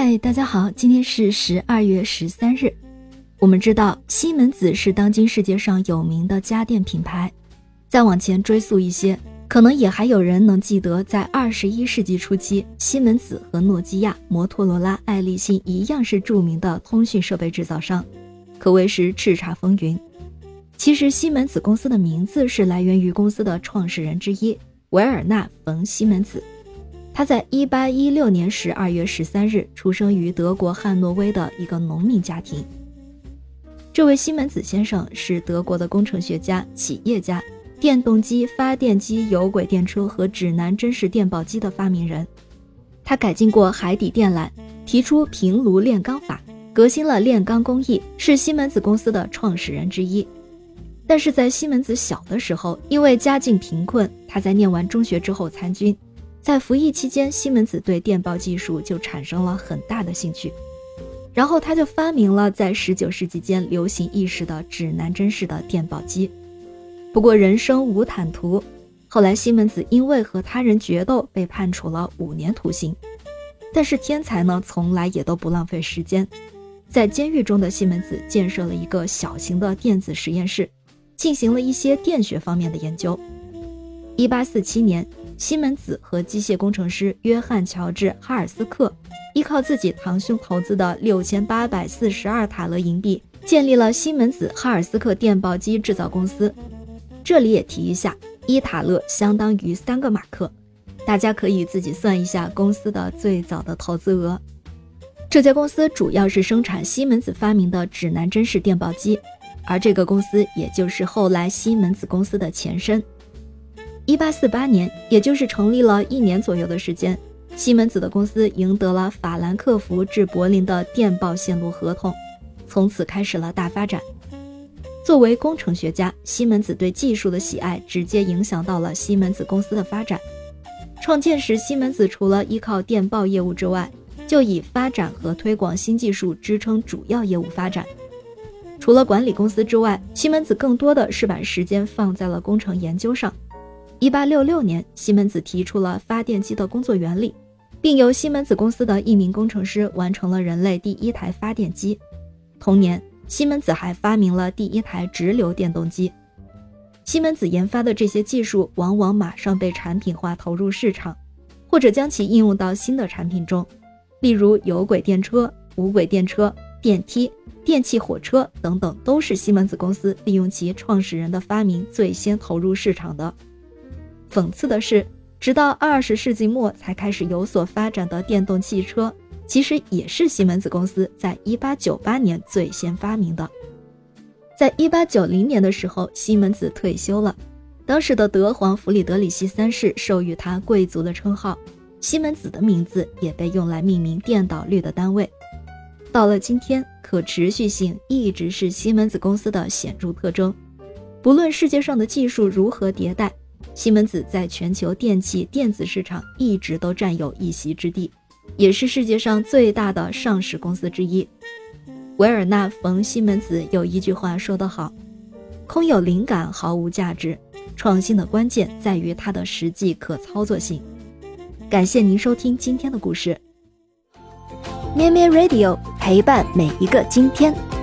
嗨，大家好，今天是12月13日。我们知道西门子是当今世界上有名的家电品牌，再往前追溯一些，可能也还有人能记得在21世纪初期，西门子和诺基亚、摩托罗拉、爱立信一样是著名的通讯设备制造商，可谓是叱咤风云。其实西门子公司的名字是来源于公司的创始人之一维尔纳·冯·西门子。他在1816年12月13日出生于德国汉诺威的一个农民家庭。这位西门子先生是德国的工程学家、企业家，电动机、发电机、有轨电车和指南针式电报机的发明人。他改进过海底电缆，提出平炉炼钢法，革新了炼钢工艺，是西门子公司的创始人之一。但是在西门子小的时候，因为家境贫困，他在念完中学之后参军。在服役期间，西门子对电报技术就产生了很大的兴趣，然后他就发明了在19世纪间流行一时的指南针式的电报机。不过人生无坦途，后来西门子因为和他人决斗被判处了5年徒刑。但是天才呢，从来也都不浪费时间。在监狱中的西门子建设了一个小型的电子实验室，进行了一些电学方面的研究。1847年，西门子和机械工程师约翰·乔治·哈尔斯克依靠自己堂兄投资的6842塔勒银币，建立了西门子哈尔斯克电报机制造公司。这里也提一下，1塔勒相当于3个马克，大家可以自己算一下公司的最早的投资额。这家公司主要是生产西门子发明的指南针式电报机，而这个公司也就是后来西门子公司的前身。1848年，也就是成立了1年左右的时间，西门子的公司赢得了法兰克福至柏林的电报线路合同，从此开始了大发展。作为工程学家，西门子对技术的喜爱直接影响到了西门子公司的发展。创建时，西门子除了依靠电报业务之外，就以发展和推广新技术支撑主要业务发展。除了管理公司之外，西门子更多的是把时间放在了工程研究上。1866年，西门子提出了发电机的工作原理，并由西门子公司的一名工程师完成了人类第1台发电机。同年，西门子还发明了第1台直流电动机。西门子研发的这些技术往往马上被产品化投入市场，或者将其应用到新的产品中，例如有轨电车、无轨电车、电梯、电气火车等等，都是西门子公司利用其创始人的发明最先投入市场的。讽刺的是，直到20世纪末才开始有所发展的电动汽车，其实也是西门子公司在1898年最先发明的。在1890年的时候，西门子退休了，当时的德皇弗里德里希3世授予他贵族的称号，西门子的名字也被用来命名电导率的单位。到了今天，可持续性一直是西门子公司的显著特征。不论世界上的技术如何迭代，西门子在全球电气电子市场一直都占有一席之地，也是世界上最大的上市公司之一。维尔纳·冯·西门子有一句话说得好，空有灵感毫无价值，创新的关键在于它的实际可操作性。感谢您收听今天的故事。咩咩 Radio 陪伴每一个今天。